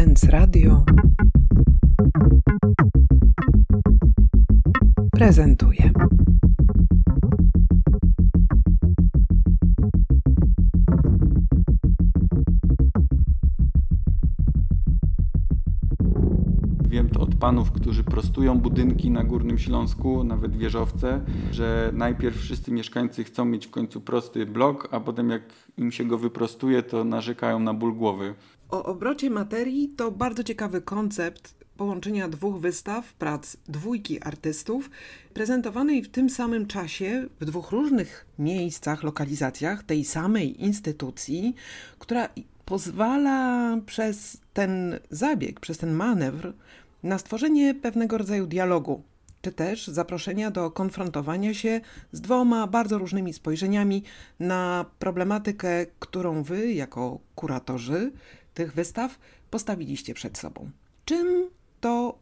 Sens Radio prezentuje. Wiem to od panów, którzy prostują budynki na Górnym Śląsku, nawet wieżowce, że najpierw wszyscy mieszkańcy chcą mieć w końcu prosty blok, a potem jak im się go wyprostuje, to narzekają na ból głowy. O obrocie materii to bardzo ciekawy koncept połączenia dwóch wystaw, prac dwójki artystów, prezentowanej w tym samym czasie w dwóch różnych miejscach, lokalizacjach tej samej instytucji, która pozwala przez ten zabieg, przez ten manewr na stworzenie pewnego rodzaju dialogu, czy też zaproszenia do konfrontowania się z dwoma bardzo różnymi spojrzeniami na problematykę, którą wy, jako kuratorzy tych wystaw, postawiliście przed sobą. Czym to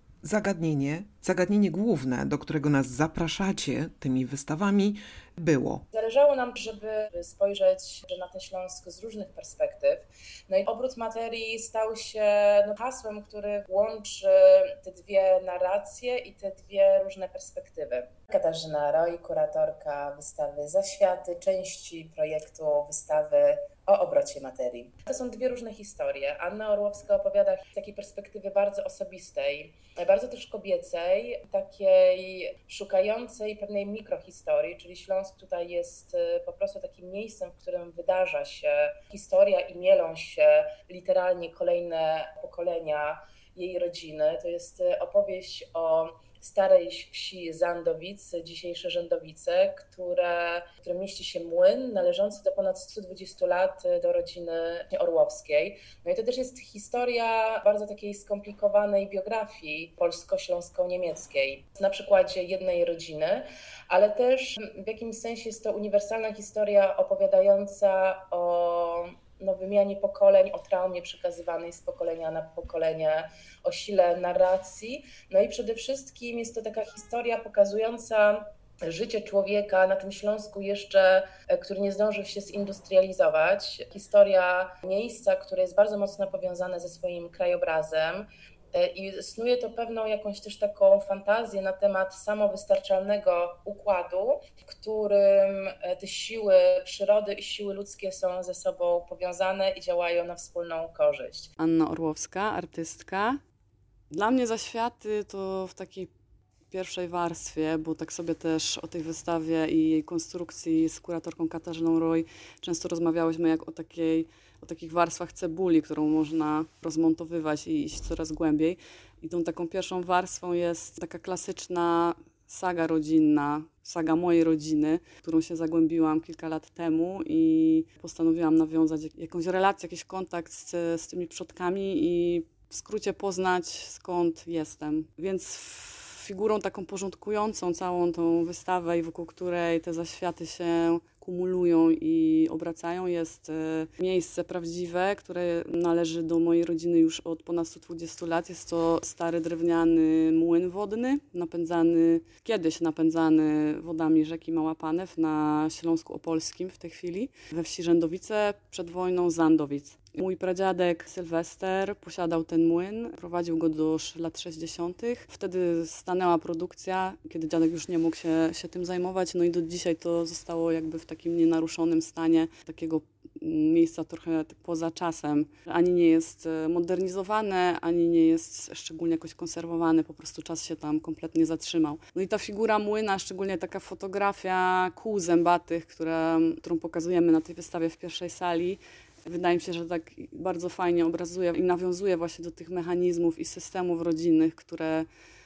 zagadnienie główne, do którego nas zapraszacie tymi wystawami, było? Zależało nam, żeby spojrzeć na ten Śląsk z różnych perspektyw. No i obrót materii stał się hasłem, który łączy te dwie narracje i te dwie różne perspektywy. Katarzyna Roj, kuratorka wystawy Zaświaty, części projektu wystawy o obrocie materii. To są dwie różne historie. Anna Orłowska opowiada z takiej perspektywy bardzo osobistej, bardzo też kobiecej, takiej szukającej pewnej mikrohistorii, czyli Śląsk tutaj jest po prostu takim miejscem, w którym wydarza się historia i mielą się literalnie kolejne pokolenia jej rodziny. To jest opowieść o starej wsi Zandowic, dzisiejsze Rzędowice, w którym mieści się młyn należący do ponad 120 lat do rodziny Orłowskiej. No i to też jest historia bardzo takiej skomplikowanej biografii polsko-śląsko-niemieckiej na przykładzie jednej rodziny, ale też w jakimś sensie jest to uniwersalna historia opowiadająca o wymianie pokoleń, o traumie przekazywanej z pokolenia na pokolenie, o sile narracji. No i przede wszystkim jest to taka historia pokazująca życie człowieka na tym Śląsku jeszcze, który nie zdążył się zindustrializować. Historia miejsca, które jest bardzo mocno powiązane ze swoim krajobrazem. I snuje to pewną jakąś też taką fantazję na temat samowystarczalnego układu, w którym te siły przyrody i siły ludzkie są ze sobą powiązane i działają na wspólną korzyść. Anna Orłowska, artystka. Dla mnie Zaświaty to w takiej pierwszej warstwie, bo tak sobie też o tej wystawie i jej konstrukcji z kuratorką Katarzyną Roj często rozmawiałyśmy jak o takich warstwach cebuli, którą można rozmontowywać i iść coraz głębiej. I tą taką pierwszą warstwą jest taka klasyczna saga rodzinna, saga mojej rodziny, którą się zagłębiłam kilka lat temu i postanowiłam nawiązać jakąś relację, jakiś kontakt z tymi przodkami i w skrócie poznać, skąd jestem. Więc figurą taką porządkującą całą tą wystawę i wokół której te zaświaty się kumulują i obracają jest miejsce prawdziwe, które należy do mojej rodziny już od ponad 120 lat. Jest to stary drewniany młyn wodny, kiedyś napędzany wodami rzeki Mała Panew na Śląsku Opolskim w tej chwili, we wsi Rzędowice, przed wojną Zandowic. Mój pradziadek Sylwester posiadał ten młyn, prowadził go do lat 60. Wtedy stanęła produkcja, kiedy dziadek już nie mógł się tym zajmować, no i do dzisiaj to zostało jakby w takim nienaruszonym stanie takiego miejsca trochę poza czasem. Ani nie jest modernizowane, ani nie jest szczególnie jakoś konserwowane, po prostu czas się tam kompletnie zatrzymał. No i ta figura młyna, szczególnie taka fotografia kół zębatych, którą pokazujemy na tej wystawie w pierwszej sali, wydaje mi się, że tak bardzo fajnie obrazuje i nawiązuje właśnie do tych mechanizmów i systemów rodzinnych, które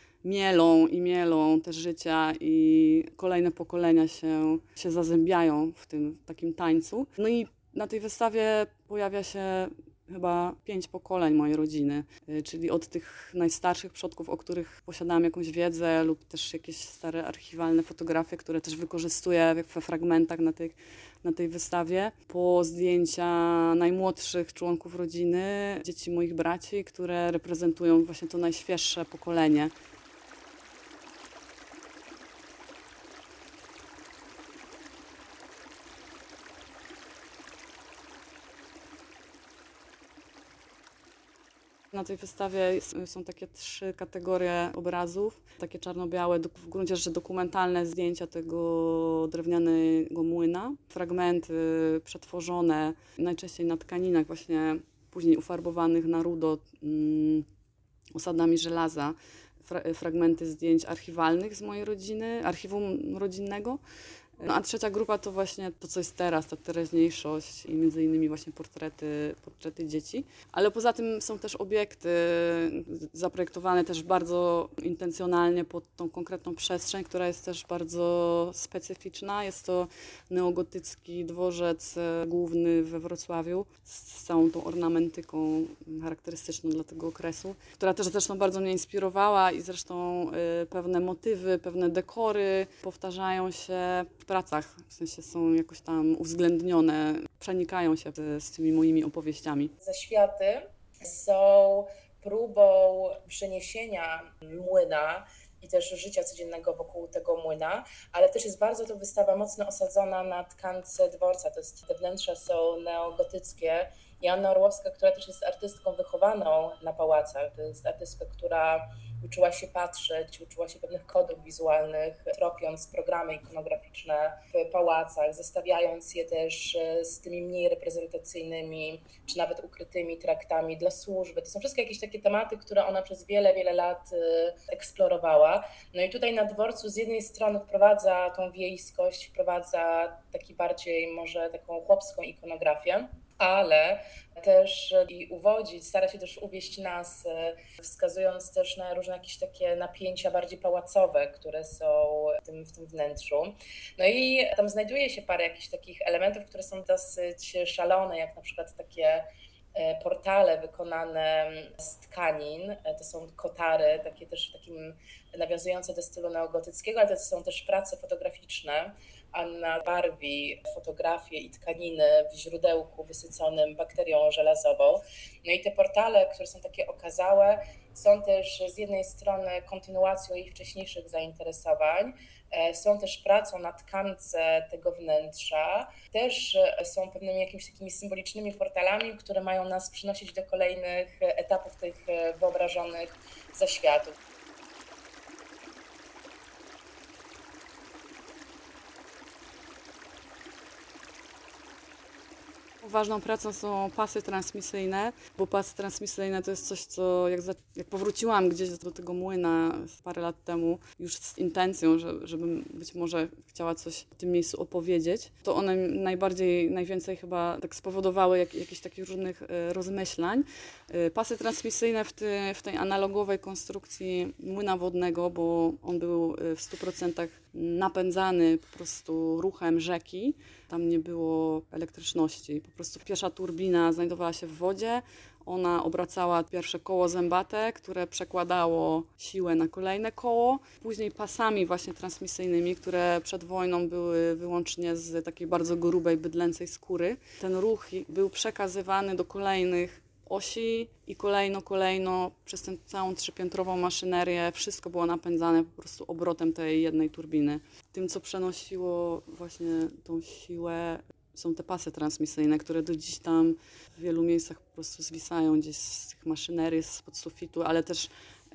mielą te życia i kolejne pokolenia się zazębiają w tym takim tańcu. No i na tej wystawie pojawia się chyba 5 pokoleń mojej rodziny, czyli od tych najstarszych przodków, o których posiadałam jakąś wiedzę lub też jakieś stare archiwalne fotografie, które też wykorzystuję we fragmentach na tej wystawie, po zdjęcia najmłodszych członków rodziny, dzieci moich braci, które reprezentują właśnie to najświeższe pokolenie. Na tej wystawie są takie 3 kategorie obrazów, takie czarno-białe, w gruncie rzeczy dokumentalne zdjęcia tego drewnianego młyna, fragmenty przetworzone, najczęściej na tkaninach właśnie później ufarbowanych na rudo osadami żelaza, fragmenty zdjęć archiwalnych z mojej rodziny, archiwum rodzinnego. No a trzecia grupa to właśnie to, co jest teraz, ta teraźniejszość i między innymi właśnie portrety dzieci. Ale poza tym są też obiekty zaprojektowane też bardzo intencjonalnie pod tą konkretną przestrzeń, która jest też bardzo specyficzna. Jest to neogotycki dworzec główny we Wrocławiu z całą tą ornamentyką charakterystyczną dla tego okresu, która też zresztą bardzo mnie inspirowała i zresztą pewne motywy, pewne dekory powtarzają się w pracach, w sensie są jakoś tam uwzględnione, przenikają się z tymi moimi opowieściami. Zaświaty są próbą przeniesienia młyna i też życia codziennego wokół tego młyna, ale też jest bardzo to wystawa mocno osadzona na tkance dworca. Te wnętrza są neogotyckie. Joanna Orłowska, która też jest artystką wychowaną na pałacach, to jest artystka, która uczyła się patrzeć, uczyła się pewnych kodów wizualnych, tropiąc programy ikonograficzne w pałacach, zestawiając je też z tymi mniej reprezentacyjnymi, czy nawet ukrytymi traktami dla służby. To są wszystkie jakieś takie tematy, które ona przez wiele, wiele lat eksplorowała. No i tutaj na dworcu z jednej strony wprowadza tą wiejskość, wprowadza taki bardziej może taką chłopską ikonografię, ale też i uwodzić, stara się też uwieść nas, wskazując też na różne jakieś takie napięcia bardziej pałacowe, które są w tym wnętrzu. No i tam znajduje się parę jakichś takich elementów, które są dosyć szalone, jak na przykład takie portale wykonane z tkanin, to są kotary, takie też takim nawiązujące do stylu neogotyckiego, ale to są też prace fotograficzne. Anna barwi fotografię i tkaniny w źródełku wysyconym bakterią żelazową. No i te portale, które są takie okazałe, są też z jednej strony kontynuacją jej wcześniejszych zainteresowań, są też pracą na tkance tego wnętrza, też są pewnymi jakimiś takimi symbolicznymi portalami, które mają nas przynosić do kolejnych etapów tych wyobrażonych zaświatów. Ważną pracą są pasy transmisyjne, bo pasy transmisyjne to jest coś, co jak powróciłam gdzieś do tego młyna parę lat temu, już z intencją, żebym być może chciała coś w tym miejscu opowiedzieć, to one najwięcej chyba tak spowodowały jakichś takich różnych rozmyślań. Pasy transmisyjne w tej analogowej konstrukcji młyna wodnego, bo on był w 100% napędzany po prostu ruchem rzeki. Tam nie było elektryczności. Po prostu pierwsza turbina znajdowała się w wodzie. Ona obracała pierwsze koło zębate, które przekładało siłę na kolejne koło. Później pasami właśnie transmisyjnymi, które przed wojną były wyłącznie z takiej bardzo grubej, bydlęcej skóry. Ten ruch był przekazywany do kolejnych osi i kolejno przez tę całą 3-piętrową maszynerię wszystko było napędzane po prostu obrotem tej jednej turbiny. Tym, co przenosiło właśnie tą siłę, są te pasy transmisyjne, które do dziś tam w wielu miejscach po prostu zwisają gdzieś z tych maszynerii, spod sufitu, ale też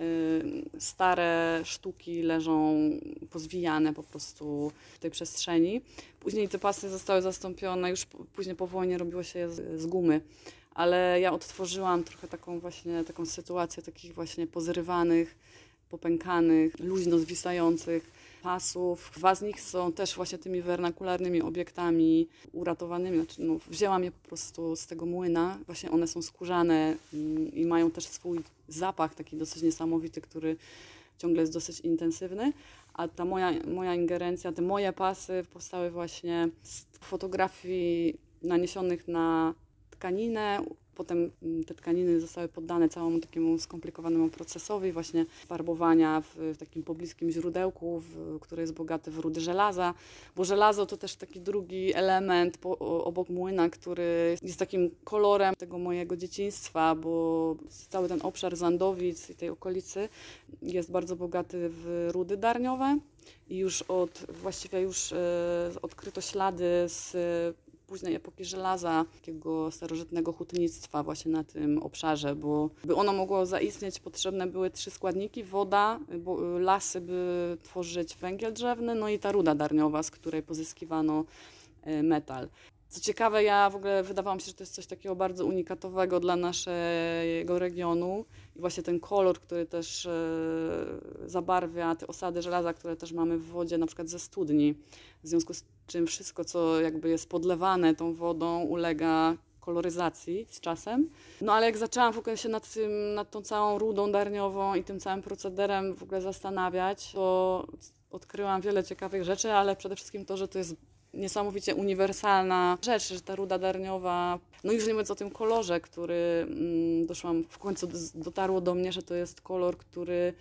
stare sztuki leżą pozwijane po prostu w tej przestrzeni. Później te pasy zostały zastąpione, już później po wojnie robiło się je z gumy. Ale ja odtworzyłam trochę taką sytuację takich właśnie pozrywanych, popękanych, luźno zwisających pasów. 2 z nich są też właśnie tymi wernakularnymi obiektami uratowanymi. Znaczy, wzięłam je po prostu z tego młyna. Właśnie one są skórzane i mają też swój zapach taki dosyć niesamowity, który ciągle jest dosyć intensywny. A ta moja ingerencja, te moje pasy powstały właśnie z fotografii naniesionych na tkaninę. Potem te tkaniny zostały poddane całemu takiemu skomplikowanemu procesowi właśnie farbowania w takim pobliskim źródełku, które jest bogate w rudy żelaza, bo żelazo to też taki drugi element obok młyna, który jest takim kolorem tego mojego dzieciństwa, bo cały ten obszar Zandowic i tej okolicy jest bardzo bogaty w rudy darniowe i właściwie już odkryto ślady z późnej epoki żelaza, takiego starożytnego hutnictwa właśnie na tym obszarze, bo by ono mogło zaistnieć, potrzebne były 3 składniki: woda, lasy, by tworzyć węgiel drzewny, no i ta ruda darniowa, z której pozyskiwano metal. Co ciekawe, ja w ogóle wydawało mi się, że to jest coś takiego bardzo unikatowego dla naszego regionu i właśnie ten kolor, który też zabarwia te osady żelaza, które też mamy w wodzie, na przykład ze studni, w związku z czym wszystko, co jakby jest podlewane tą wodą, ulega koloryzacji z czasem. No ale jak zaczęłam w ogóle się nad tą całą rudą darniową i tym całym procederem w ogóle zastanawiać, to odkryłam wiele ciekawych rzeczy, ale przede wszystkim to, że to jest niesamowicie uniwersalna rzecz, że ta ruda darniowa, no już nie mówiąc o tym kolorze, który w końcu dotarło do mnie, że to jest kolor, który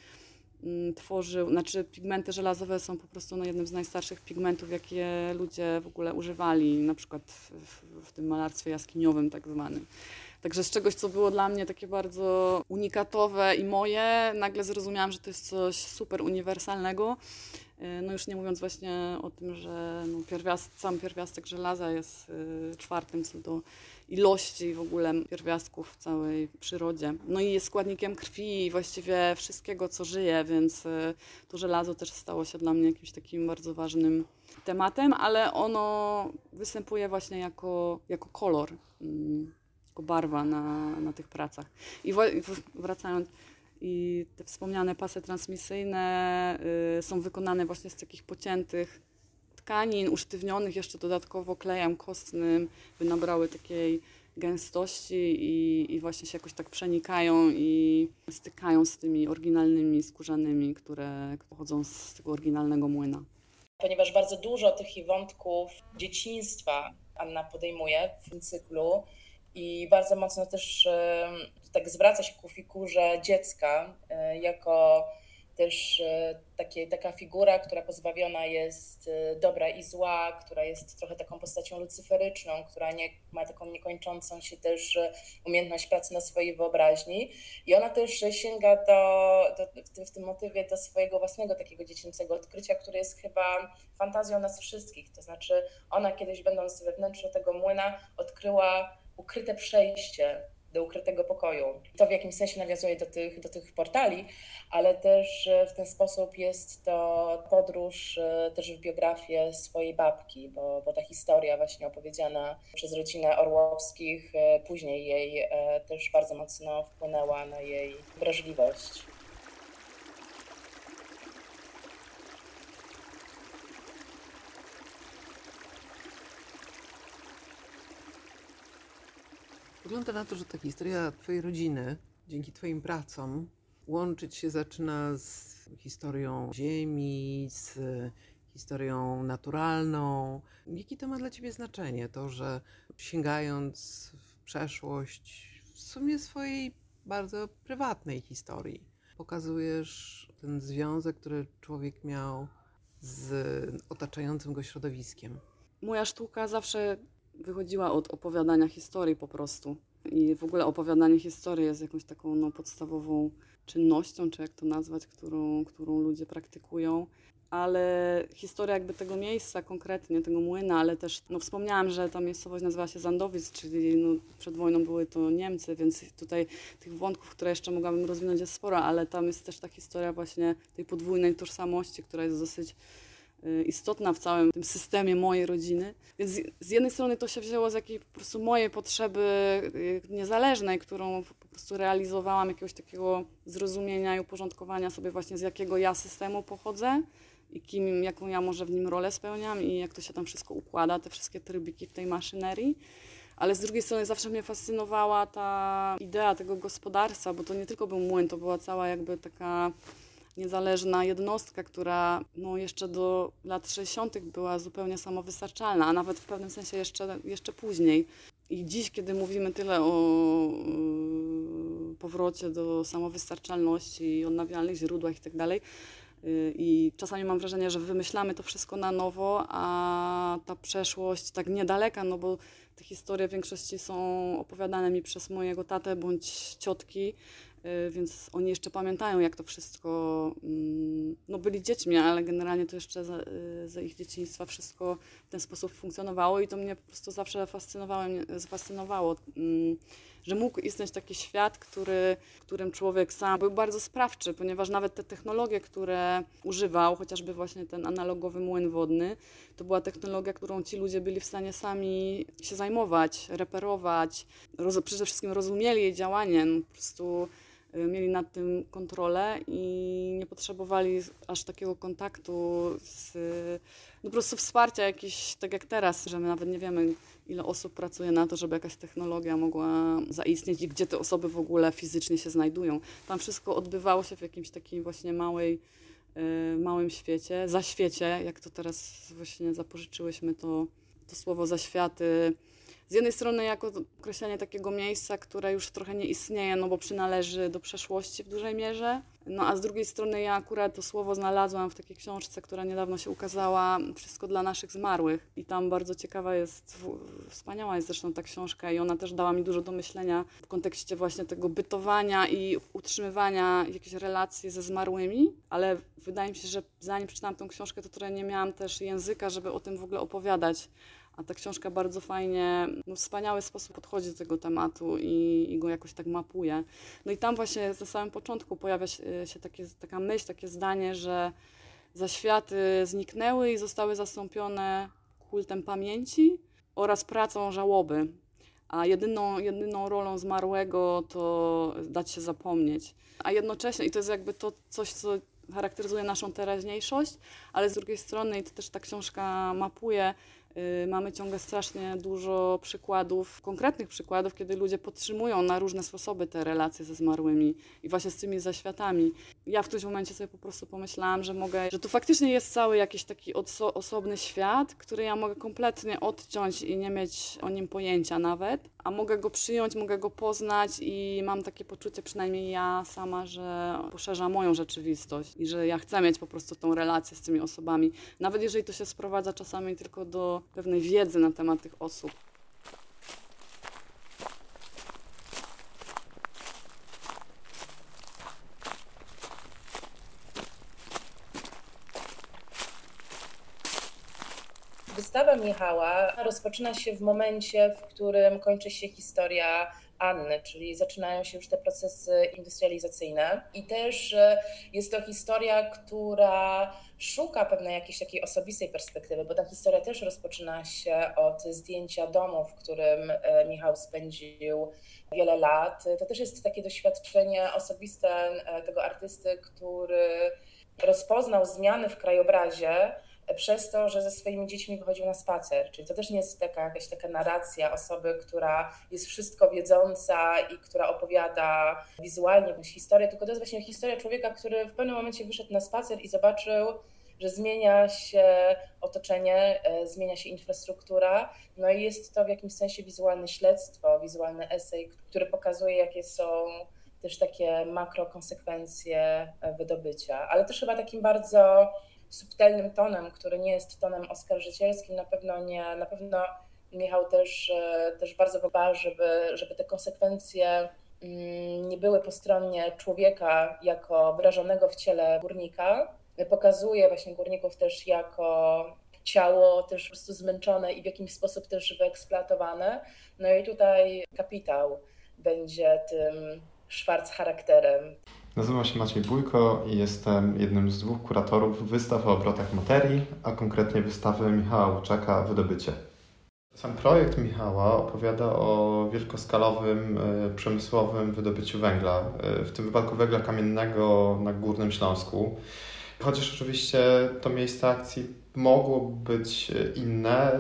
znaczy pigmenty żelazowe są po prostu jednym z najstarszych pigmentów, jakie ludzie w ogóle używali, na przykład w tym malarstwie jaskiniowym tak zwanym. Także z czegoś, co było dla mnie takie bardzo unikatowe i moje, nagle zrozumiałam, że to jest coś super uniwersalnego. No już nie mówiąc właśnie o tym, że sam pierwiastek żelaza jest 4. co do ilości w ogóle pierwiastków w całej przyrodzie. No i jest składnikiem krwi i właściwie wszystkiego, co żyje, więc to żelazo też stało się dla mnie jakimś takim bardzo ważnym tematem, ale ono występuje właśnie jako kolor, jako barwa na tych pracach. I wracając, i te wspomniane pasy transmisyjne są wykonane właśnie z takich pociętych tkanin, usztywnionych jeszcze dodatkowo klejem kostnym, by nabrały takiej gęstości i właśnie się jakoś tak przenikają i stykają z tymi oryginalnymi skórzanymi, które pochodzą z tego oryginalnego młyna. Ponieważ bardzo dużo tych wątków dzieciństwa Anna podejmuje w tym cyklu i bardzo mocno też tak zwraca się ku figurze dziecka jako też taka figura, która pozbawiona jest dobra i zła, która jest trochę taką postacią lucyferyczną, która ma taką niekończącą się też umiejętność pracy na swojej wyobraźni. I ona też sięga w tym motywie do swojego własnego takiego dziecięcego odkrycia, które jest chyba fantazją nas wszystkich. To znaczy ona kiedyś, będąc we wnętrzu tego młyna, odkryła ukryte przejście do ukrytego pokoju. To w jakimś sensie nawiązuje do tych portali, ale też w ten sposób jest to podróż też w biografię swojej babki, bo ta historia właśnie opowiedziana przez rodzinę Orłowskich później jej też bardzo mocno wpłynęła na jej wrażliwość. Wygląda na to, że ta historia twojej rodziny, dzięki twoim pracom, łączyć się zaczyna z historią ziemi, z historią naturalną. Jakie to ma dla ciebie znaczenie? To, że sięgając w przeszłość, w sumie swojej bardzo prywatnej historii, pokazujesz ten związek, który człowiek miał z otaczającym go środowiskiem. Moja sztuka zawsze wychodziła od opowiadania historii po prostu. I w ogóle opowiadanie historii jest jakąś taką podstawową czynnością, czy jak to nazwać, którą ludzie praktykują. Ale historia jakby tego miejsca konkretnie, tego młyna, ale też wspomniałam, że ta miejscowość nazywa się Zandowic, czyli przed wojną były to Niemcy, więc tutaj tych wątków, które jeszcze mogłabym rozwinąć, jest sporo, ale tam jest też ta historia właśnie tej podwójnej tożsamości, która jest dosyć istotna w całym tym systemie mojej rodziny. Więc z jednej strony to się wzięło z jakiejś po prostu mojej potrzeby niezależnej, którą po prostu realizowałam, jakiegoś takiego zrozumienia i uporządkowania sobie właśnie, z jakiego ja systemu pochodzę i jaką ja może w nim rolę spełniam i jak to się tam wszystko układa, te wszystkie trybiki w tej maszynerii. Ale z drugiej strony zawsze mnie fascynowała ta idea tego gospodarstwa, bo to nie tylko był młyn, to była cała jakby taka niezależna jednostka, która jeszcze do lat 60. była zupełnie samowystarczalna, a nawet w pewnym sensie jeszcze później. I dziś, kiedy mówimy tyle o powrocie do samowystarczalności i odnawialnych źródłach i tak dalej, i czasami mam wrażenie, że wymyślamy to wszystko na nowo, a ta przeszłość tak niedaleka, bo te historie w większości są opowiadane mi przez mojego tatę bądź ciotki, więc oni jeszcze pamiętają, jak to wszystko, no byli dziećmi, ale generalnie to jeszcze za ich dzieciństwa wszystko w ten sposób funkcjonowało i to mnie po prostu zawsze zafascynowało, że mógł istnieć taki świat, w którym człowiek sam był bardzo sprawczy, ponieważ nawet te technologie, które używał, chociażby właśnie ten analogowy młyn wodny, to była technologia, którą ci ludzie byli w stanie sami się zajmować, reperować, przede wszystkim rozumieli jej działanie, no, po prostu mieli nad tym kontrolę i nie potrzebowali aż takiego kontaktu no po prostu wsparcia jakieś, tak jak teraz, że my nawet nie wiemy, ile osób pracuje na to, żeby jakaś technologia mogła zaistnieć i gdzie te osoby w ogóle fizycznie się znajdują. Tam wszystko odbywało się w jakimś takim właśnie małym świecie, zaświecie, jak to teraz właśnie zapożyczyłyśmy to słowo zaświaty. Z jednej strony jako określenie takiego miejsca, które już trochę nie istnieje, no bo przynależy do przeszłości w dużej mierze. No a z drugiej strony ja akurat to słowo znalazłam w takiej książce, która niedawno się ukazała, Wszystko dla naszych zmarłych. I tam bardzo ciekawa jest, wspaniała jest zresztą ta książka i ona też dała mi dużo do myślenia w kontekście właśnie tego bytowania i utrzymywania jakichś relacji ze zmarłymi, ale wydaje mi się, że zanim przeczytałam tę książkę, to trochę nie miałam też języka, żeby o tym w ogóle opowiadać. A ta książka bardzo fajnie, w wspaniały sposób podchodzi do tego tematu i go jakoś tak mapuje. No i tam właśnie na samym początku pojawia się taka myśl, takie zdanie, że zaświaty zniknęły i zostały zastąpione kultem pamięci oraz pracą żałoby. A jedyną rolą zmarłego to dać się zapomnieć. A jednocześnie, i to jest jakby to coś, co charakteryzuje naszą teraźniejszość, ale z drugiej strony, i to też ta książka mapuje, mamy ciągle strasznie dużo przykładów, konkretnych przykładów, kiedy ludzie podtrzymują na różne sposoby te relacje ze zmarłymi i właśnie z tymi zaświatami. Ja w którymś momencie sobie po prostu pomyślałam, że tu faktycznie jest cały jakiś taki osobny świat, który ja mogę kompletnie odciąć i nie mieć o nim pojęcia nawet, a mogę go przyjąć, mogę go poznać i mam takie poczucie, przynajmniej ja sama, że poszerza moją rzeczywistość i że ja chcę mieć po prostu tą relację z tymi osobami, nawet jeżeli to się sprowadza czasami tylko do pewnej wiedzy na temat tych osób. Wystawa Michała rozpoczyna się w momencie, w którym kończy się historia Anny, czyli zaczynają się już te procesy industrializacyjne i też jest to historia, która szuka pewnej jakiejś takiej osobistej perspektywy, bo ta historia też rozpoczyna się od zdjęcia domu, w którym Michał spędził wiele lat. To też jest takie doświadczenie osobiste tego artysty, który rozpoznał zmiany w krajobrazie przez to, że ze swoimi dziećmi wychodził na spacer. Czyli to też nie jest jakaś taka narracja osoby, która jest wszystko wiedząca i która opowiada wizualnie jakąś historię, tylko to jest właśnie historia człowieka, który w pewnym momencie wyszedł na spacer i zobaczył, że zmienia się otoczenie, zmienia się infrastruktura, no i jest to w jakimś sensie wizualne śledztwo, wizualny esej, który pokazuje, jakie są też takie makrokonsekwencje wydobycia, ale też chyba takim bardzo subtelnym tonem, który nie jest tonem oskarżycielskim, na pewno Michał też bardzo dba, żeby te konsekwencje nie były po stronie człowieka jako wyrażonego w ciele górnika. Pokazuje właśnie górników też jako ciało też po prostu zmęczone i w jakiś sposób też wyeksploatowane. No i tutaj kapitał będzie tym Schwarz-charakterem. Nazywam się Maciej Bójko i jestem jednym z 2 kuratorów wystaw o obrotach materii, a konkretnie wystawy Michała Łuczaka Wydobycie. Sam projekt Michała opowiada o wielkoskalowym, przemysłowym wydobyciu węgla, w tym wypadku węgla kamiennego na Górnym Śląsku. Chociaż oczywiście to miejsce akcji mogło być inne,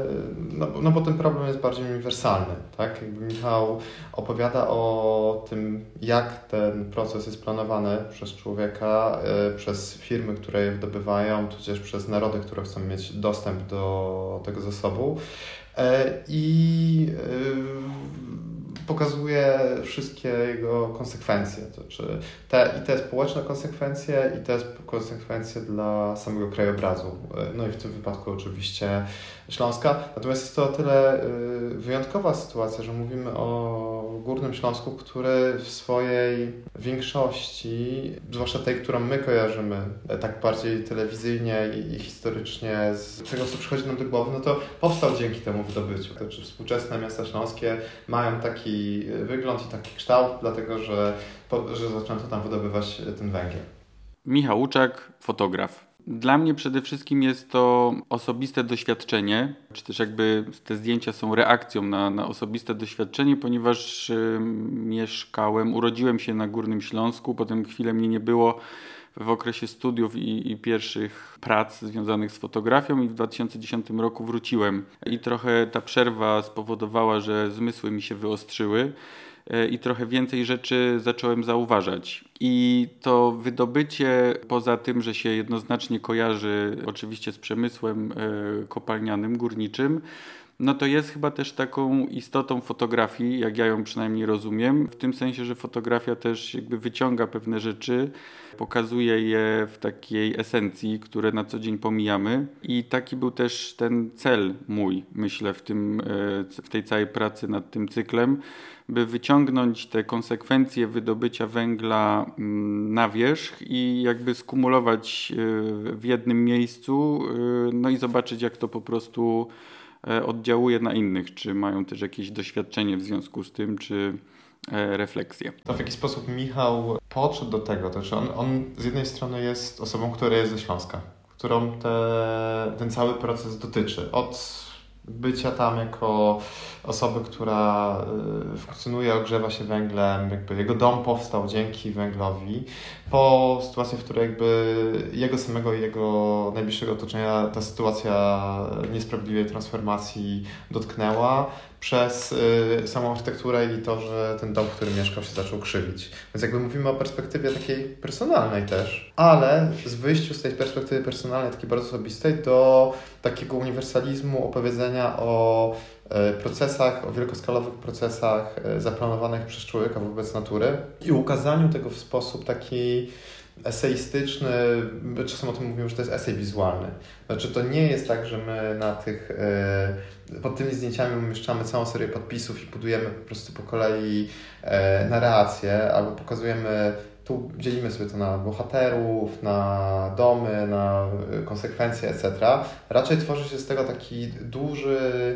no bo ten problem jest bardziej uniwersalny, tak? Jakby Michał opowiada o tym, jak ten proces jest planowany przez człowieka, przez firmy, które je wydobywają, tudzież przez narody, które chcą mieć dostęp do tego zasobu. I pokazuje wszystkie jego konsekwencje. To znaczy te społeczne konsekwencje i te konsekwencje dla samego krajobrazu. No i w tym wypadku oczywiście Śląska. Natomiast jest to o tyle wyjątkowa sytuacja, że mówimy o Górnym Śląsku, który w swojej większości, zwłaszcza tej, którą my kojarzymy tak bardziej telewizyjnie i historycznie z tego, co przychodzi nam do głowy, no to powstał dzięki temu wydobyciu. To znaczy współczesne miasta śląskie mają taki wygląd i taki kształt, dlatego że zaczęto tam wydobywać ten węgiel. Michał Łuczak, fotograf. Dla mnie przede wszystkim jest to osobiste doświadczenie, czy też jakby te zdjęcia są reakcją na osobiste doświadczenie, ponieważ urodziłem się na Górnym Śląsku, potem chwilę mnie nie było w okresie studiów i pierwszych prac związanych z fotografią i w 2010 roku wróciłem. I trochę ta przerwa spowodowała, że zmysły mi się wyostrzyły i trochę więcej rzeczy zacząłem zauważać. I to wydobycie, poza tym, że się jednoznacznie kojarzy oczywiście z przemysłem kopalnianym, górniczym, no to jest chyba też taką istotą fotografii, jak ja ją przynajmniej rozumiem, w tym sensie, że fotografia też jakby wyciąga pewne rzeczy, pokazuje je w takiej esencji, które na co dzień pomijamy i taki był też ten cel mój, myślę, w tej całej pracy nad tym cyklem, by wyciągnąć te konsekwencje wydobycia węgla na wierzch i jakby skumulować w jednym miejscu, no i zobaczyć, jak to po prostu oddziałuje na innych, czy mają też jakieś doświadczenie w związku z tym, czy refleksje. To w jaki sposób Michał podszedł do tego? To znaczy on z jednej strony jest osobą, która jest ze Śląska, którą ten cały proces dotyczy. Od bycia tam jako osoby, która funkcjonuje, ogrzewa się węglem, jakby jego dom powstał dzięki węglowi, po sytuację, w której jakby jego samego i jego najbliższego otoczenia ta sytuacja niesprawiedliwej transformacji dotknęła, przez samą architekturę i to, że ten dom, w którym mieszkał, się zaczął krzywić. Więc jakby mówimy o perspektywie takiej personalnej też, ale z wyjściu z tej perspektywy personalnej, takiej bardzo osobistej, do takiego uniwersalizmu opowiedzenia o procesach, o wielkoskalowych procesach zaplanowanych przez człowieka wobec natury i ukazaniu tego w sposób taki eseistyczny, czasem o tym mówimy, że to jest esej wizualny. Znaczy to nie jest tak, że my pod tymi zdjęciami umieszczamy całą serię podpisów i budujemy po prostu po kolei narrację, albo pokazujemy, tu dzielimy sobie to na bohaterów, na domy, na konsekwencje, etc. Raczej tworzy się z tego taki duży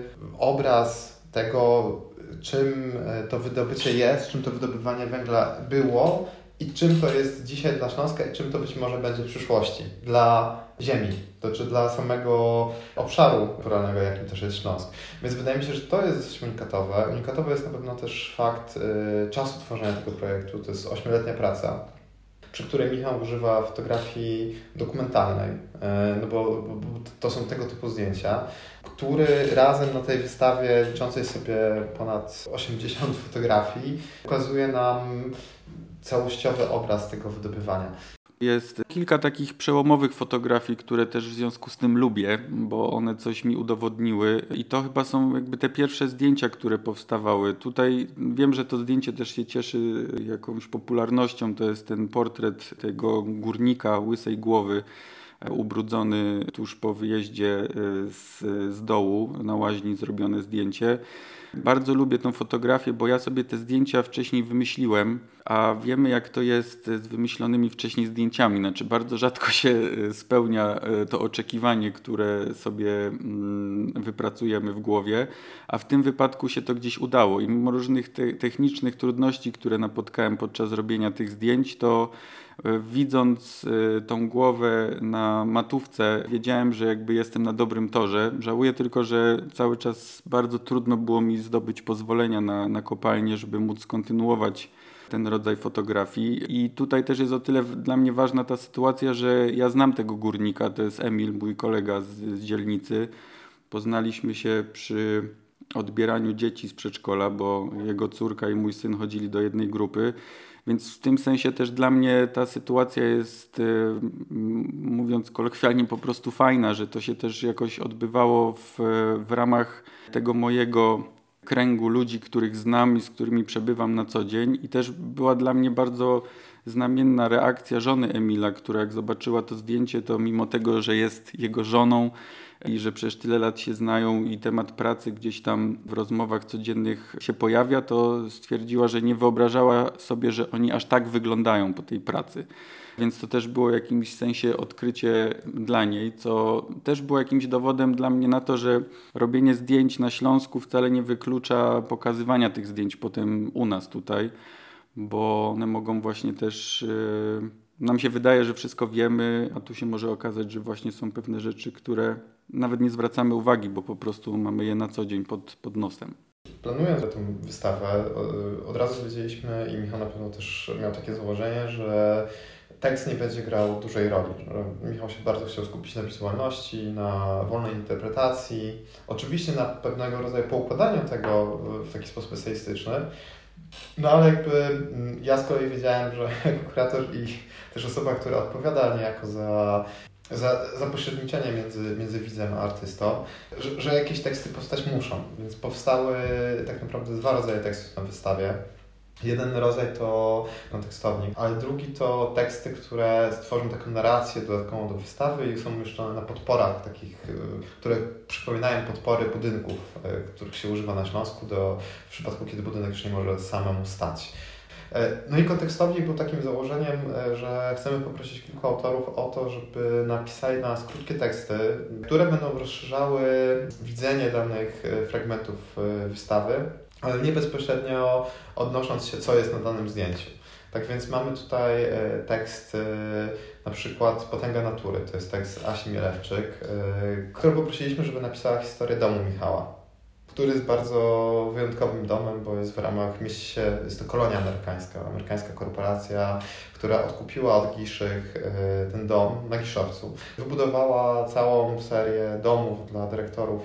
obraz tego, czym to wydobycie jest, czym to wydobywanie węgla było i czym to jest dzisiaj dla Śląska i czym to być może będzie w przyszłości dla ziemi, to czy dla samego obszaru naturalnego, jakim też jest Śląsk. Więc wydaje mi się, że to jest dość unikatowe. Unikatowy jest na pewno też fakt czasu tworzenia tego projektu. To jest 8-letnia praca, przy której Michał używa fotografii dokumentalnej, no bo to są tego typu zdjęcia, który razem na tej wystawie liczącej sobie ponad 80 fotografii pokazuje nam całościowy obraz tego wydobywania. Jest kilka takich przełomowych fotografii, które też w związku z tym lubię, bo one coś mi udowodniły i to chyba są jakby te pierwsze zdjęcia, które powstawały. Tutaj wiem, że to zdjęcie też się cieszy jakąś popularnością, to jest ten portret tego górnika łysej głowy, ubrudzony tuż po wyjeździe z dołu na łaźni zrobione zdjęcie. Bardzo lubię tą fotografię, bo ja sobie te zdjęcia wcześniej wymyśliłem, a wiemy jak to jest z wymyślonymi wcześniej zdjęciami. Znaczy bardzo rzadko się spełnia to oczekiwanie, które sobie wypracujemy w głowie, a w tym wypadku się to gdzieś udało. I mimo różnych technicznych trudności, które napotkałem podczas robienia tych zdjęć, to widząc tą głowę na matówce, wiedziałem, że jakby jestem na dobrym torze. Żałuję tylko, że cały czas bardzo trudno było mi zdobyć pozwolenia na kopalnię, żeby móc kontynuować ten rodzaj fotografii. I tutaj też jest o tyle dla mnie ważna ta sytuacja, że ja znam tego górnika, to jest Emil, mój kolega z dzielnicy. Poznaliśmy się przy odbieraniu dzieci z przedszkola, bo jego córka i mój syn chodzili do jednej grupy. Więc w tym sensie też dla mnie ta sytuacja jest, mówiąc kolokwialnie, po prostu fajna, że to się też jakoś odbywało w ramach tego mojego kręgu ludzi, których znam i z którymi przebywam na co dzień. I też była dla mnie bardzo znamienna reakcja żony Emila, która jak zobaczyła to zdjęcie, to mimo tego, że jest jego żoną i że przecież tyle lat się znają i temat pracy gdzieś tam w rozmowach codziennych się pojawia, to stwierdziła, że nie wyobrażała sobie, że oni aż tak wyglądają po tej pracy. Więc to też było w jakimś sensie odkrycie dla niej, co też było jakimś dowodem dla mnie na to, że robienie zdjęć na Śląsku wcale nie wyklucza pokazywania tych zdjęć potem u nas tutaj, bo one mogą właśnie też... Nam się wydaje, że wszystko wiemy, a tu się może okazać, że właśnie są pewne rzeczy, które nawet nie zwracamy uwagi, bo po prostu mamy je na co dzień pod nosem. Planując tę wystawę, od razu wiedzieliśmy i Michał na pewno też miał takie założenie, że tekst nie będzie grał dużej roli. Michał się bardzo chciał skupić na wizualności, na wolnej interpretacji, oczywiście na pewnego rodzaju poukładaniu tego w taki sposób eseistyczny, no ale jakby ja z kolei wiedziałem, że jako kurator i też osoba, która odpowiada niejako za pośredniczenie między widzem a artystą, że jakieś teksty powstać muszą, więc powstały tak naprawdę 2 rodzaje tekstów na wystawie. Jeden rodzaj to kontekstownik, ale drugi to teksty, które stworzą taką narrację dodatkową do wystawy i są umieszczone na podporach takich, które przypominają podpory budynków, których się używa na Śląsku w przypadku, kiedy budynek już nie może samemu stać. No i kontekstownik był takim założeniem, że chcemy poprosić kilku autorów o to, żeby napisali dla nas krótkie teksty, które będą rozszerzały widzenie danych fragmentów wystawy, ale nie bezpośrednio odnosząc się, co jest na danym zdjęciu. Tak więc mamy tutaj tekst, na przykład Potęga natury, to jest tekst Asi Mielewczyk, którą poprosiliśmy, żeby napisała historię domu Michała, który jest bardzo wyjątkowym domem, bo jest w ramach jest to kolonia amerykańska korporacja, która odkupiła od Giszych ten dom na Giszowcu. Wybudowała całą serię domów dla dyrektorów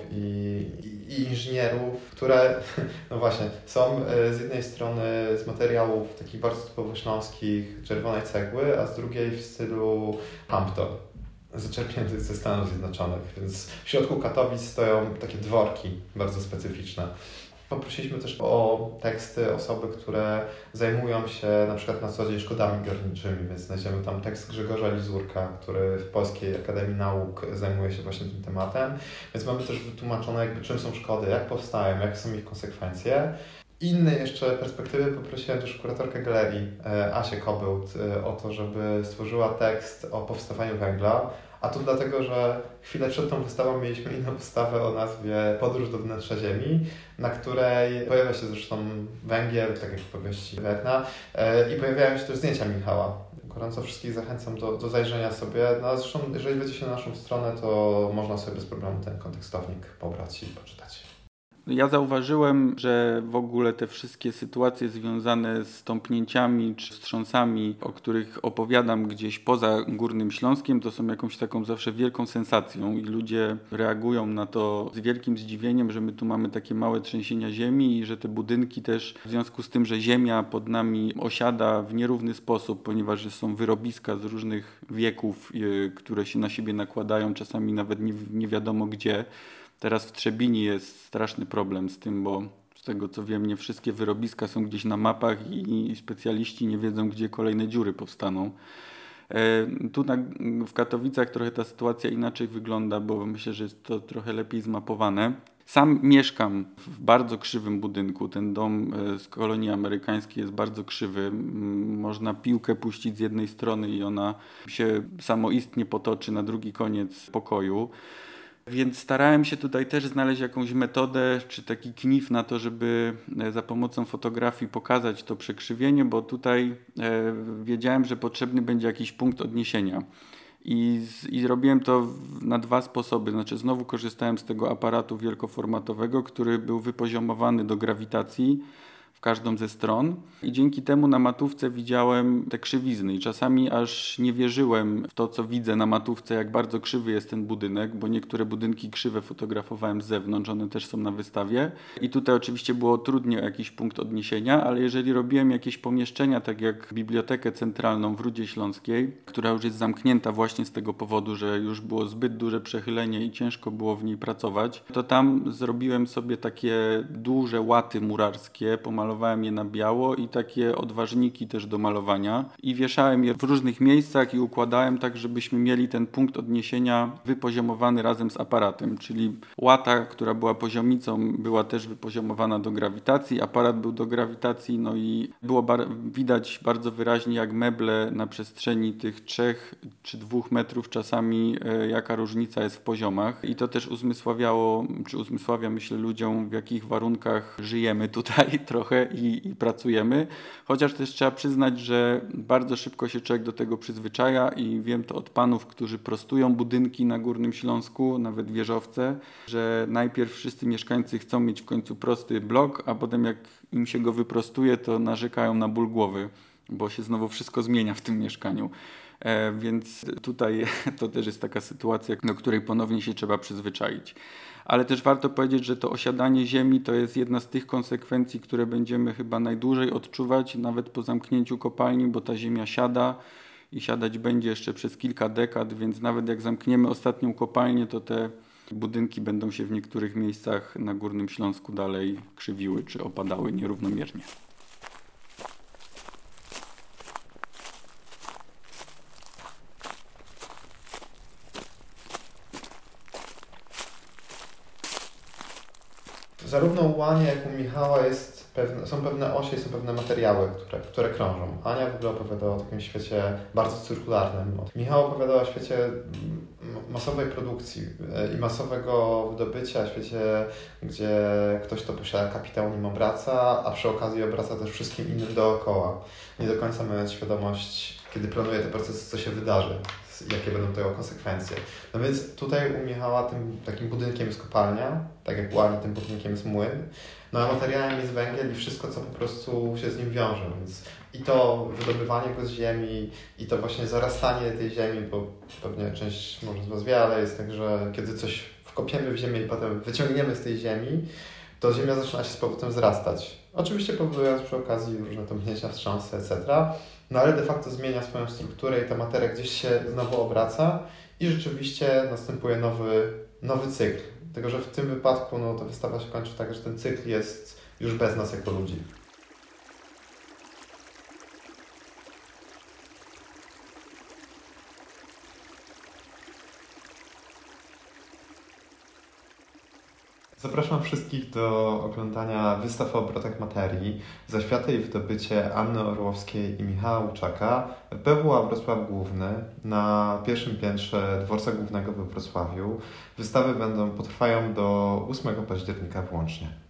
i inżynierów, które no właśnie są z jednej strony z materiałów takich bardzo typowo śląskich, czerwonej cegły, a z drugiej w stylu Hampton, zaczerpniętych ze Stanów Zjednoczonych, więc w środku Katowic stoją takie dworki bardzo specyficzne. Poprosiliśmy też o teksty osoby, które zajmują się na przykład na co dzień szkodami górniczymi, więc znajdziemy tam tekst Grzegorza Lizurka, który w Polskiej Akademii Nauk zajmuje się właśnie tym tematem, więc mamy też wytłumaczone jakby czym są szkody, jak powstają, jakie są ich konsekwencje. Innej jeszcze perspektywy poprosiłem też kuratorkę galerii, Asię Kobyłt, o to, żeby stworzyła tekst o powstawaniu węgla, a to dlatego, że chwilę przed tą wystawą mieliśmy inną wystawę o nazwie Podróż do wnętrza Ziemi, na której pojawia się zresztą węgiel, tak jak w powieści Werna, i pojawiają się też zdjęcia Michała. Gorąco wszystkich zachęcam do zajrzenia sobie. No, zresztą jeżeli wejdzie się na naszą stronę, to można sobie bez problemu ten kontekstownik pobrać i poczytać. Ja zauważyłem, że w ogóle te wszystkie sytuacje związane z tąpnięciami czy wstrząsami, o których opowiadam gdzieś poza Górnym Śląskiem, to są jakąś taką zawsze wielką sensacją i ludzie reagują na to z wielkim zdziwieniem, że my tu mamy takie małe trzęsienia ziemi i że te budynki też w związku z tym, że ziemia pod nami osiada w nierówny sposób, ponieważ są wyrobiska z różnych wieków, które się na siebie nakładają, czasami nawet nie wiadomo gdzie. Teraz w Trzebini jest straszny problem z tym, bo z tego co wiem, nie wszystkie wyrobiska są gdzieś na mapach i specjaliści nie wiedzą, gdzie kolejne dziury powstaną. Tu w Katowicach trochę ta sytuacja inaczej wygląda, bo myślę, że jest to trochę lepiej zmapowane. Sam mieszkam w bardzo krzywym budynku. Ten dom z kolonii amerykańskiej jest bardzo krzywy. Można piłkę puścić z jednej strony i ona się samoistnie potoczy na drugi koniec pokoju. Więc starałem się tutaj też znaleźć jakąś metodę, czy taki knif na to, żeby za pomocą fotografii pokazać to przekrzywienie, bo tutaj wiedziałem, że potrzebny będzie jakiś punkt odniesienia. I robiłem to na 2 sposoby. Znaczy znowu korzystałem z tego aparatu wielkoformatowego, który był wypoziomowany do grawitacji w każdą ze stron i dzięki temu na matówce widziałem te krzywizny i czasami aż nie wierzyłem w to, co widzę na matówce, jak bardzo krzywy jest ten budynek, bo niektóre budynki krzywe fotografowałem z zewnątrz, one też są na wystawie i tutaj oczywiście było trudniej o jakiś punkt odniesienia, ale jeżeli robiłem jakieś pomieszczenia, tak jak Bibliotekę Centralną w Rudzie Śląskiej, która już jest zamknięta właśnie z tego powodu, że już było zbyt duże przechylenie i ciężko było w niej pracować, to tam zrobiłem sobie takie duże łaty murarskie, pomalowałem je na biało i takie odważniki też do malowania i wieszałem je w różnych miejscach i układałem tak, żebyśmy mieli ten punkt odniesienia wypoziomowany razem z aparatem, czyli łata, która była poziomicą, była też wypoziomowana do grawitacji, aparat był do grawitacji, no i było widać bardzo wyraźnie, jak meble na przestrzeni tych 3 czy 2 metrów czasami, jaka różnica jest w poziomach i to też uzmysławia, myślę, ludziom, w jakich warunkach żyjemy tutaj trochę i pracujemy, chociaż też trzeba przyznać, że bardzo szybko się człowiek do tego przyzwyczaja i wiem to od panów, którzy prostują budynki na Górnym Śląsku, nawet wieżowce, że najpierw wszyscy mieszkańcy chcą mieć w końcu prosty blok, a potem jak im się go wyprostuje, to narzekają na ból głowy, bo się znowu wszystko zmienia w tym mieszkaniu. Więc tutaj to też jest taka sytuacja, do której ponownie się trzeba przyzwyczaić. Ale też warto powiedzieć, że to osiadanie ziemi to jest jedna z tych konsekwencji, które będziemy chyba najdłużej odczuwać, nawet po zamknięciu kopalni, bo ta ziemia siada i siadać będzie jeszcze przez kilka dekad, więc nawet jak zamkniemy ostatnią kopalnię, to te budynki będą się w niektórych miejscach na Górnym Śląsku dalej krzywiły czy opadały nierównomiernie. Zarówno u Ani, jak u Michała są pewne osie, są pewne materiały, które krążą. Ania w ogóle opowiada o takim świecie bardzo cyrkularnym. Michał opowiada o świecie masowej produkcji i masowego wydobycia, świecie, gdzie ktoś, kto posiada kapitał, nim obraca, a przy okazji obraca też wszystkim innym dookoła. Nie do końca mając świadomość, kiedy planuje te procesy, co się wydarzy, jakie będą tego konsekwencje. No więc tutaj u Michała tym takim budynkiem jest kopalnia, tak jak u Ani tym budynkiem jest młyn, no a materiałem jest węgiel i wszystko, co po prostu się z nim wiąże, więc i to wydobywanie go z ziemi, i to właśnie zarastanie tej ziemi, bo pewnie część może z Was wie, ale jest tak, że kiedy coś wkopiemy w ziemię i potem wyciągniemy z tej ziemi, to ziemia zaczyna się z powrotem wzrastać. Oczywiście powodując przy okazji różne tąpnięcia, wstrząsy, etc., no ale de facto zmienia swoją strukturę i ta materia gdzieś się znowu obraca i rzeczywiście następuje nowy cykl. Tylko że w tym wypadku ta wystawa się kończy tak, że ten cykl jest już bez nas jako ludzi. Zapraszam wszystkich do oglądania wystaw o obrotach materii Zaświaty i wydobycie Anny Orłowskiej i Michała Łuczaka w PWA Wrocław Główny na pierwszym piętrze Dworca Głównego we Wrocławiu. Wystawy potrwają do 8 października włącznie.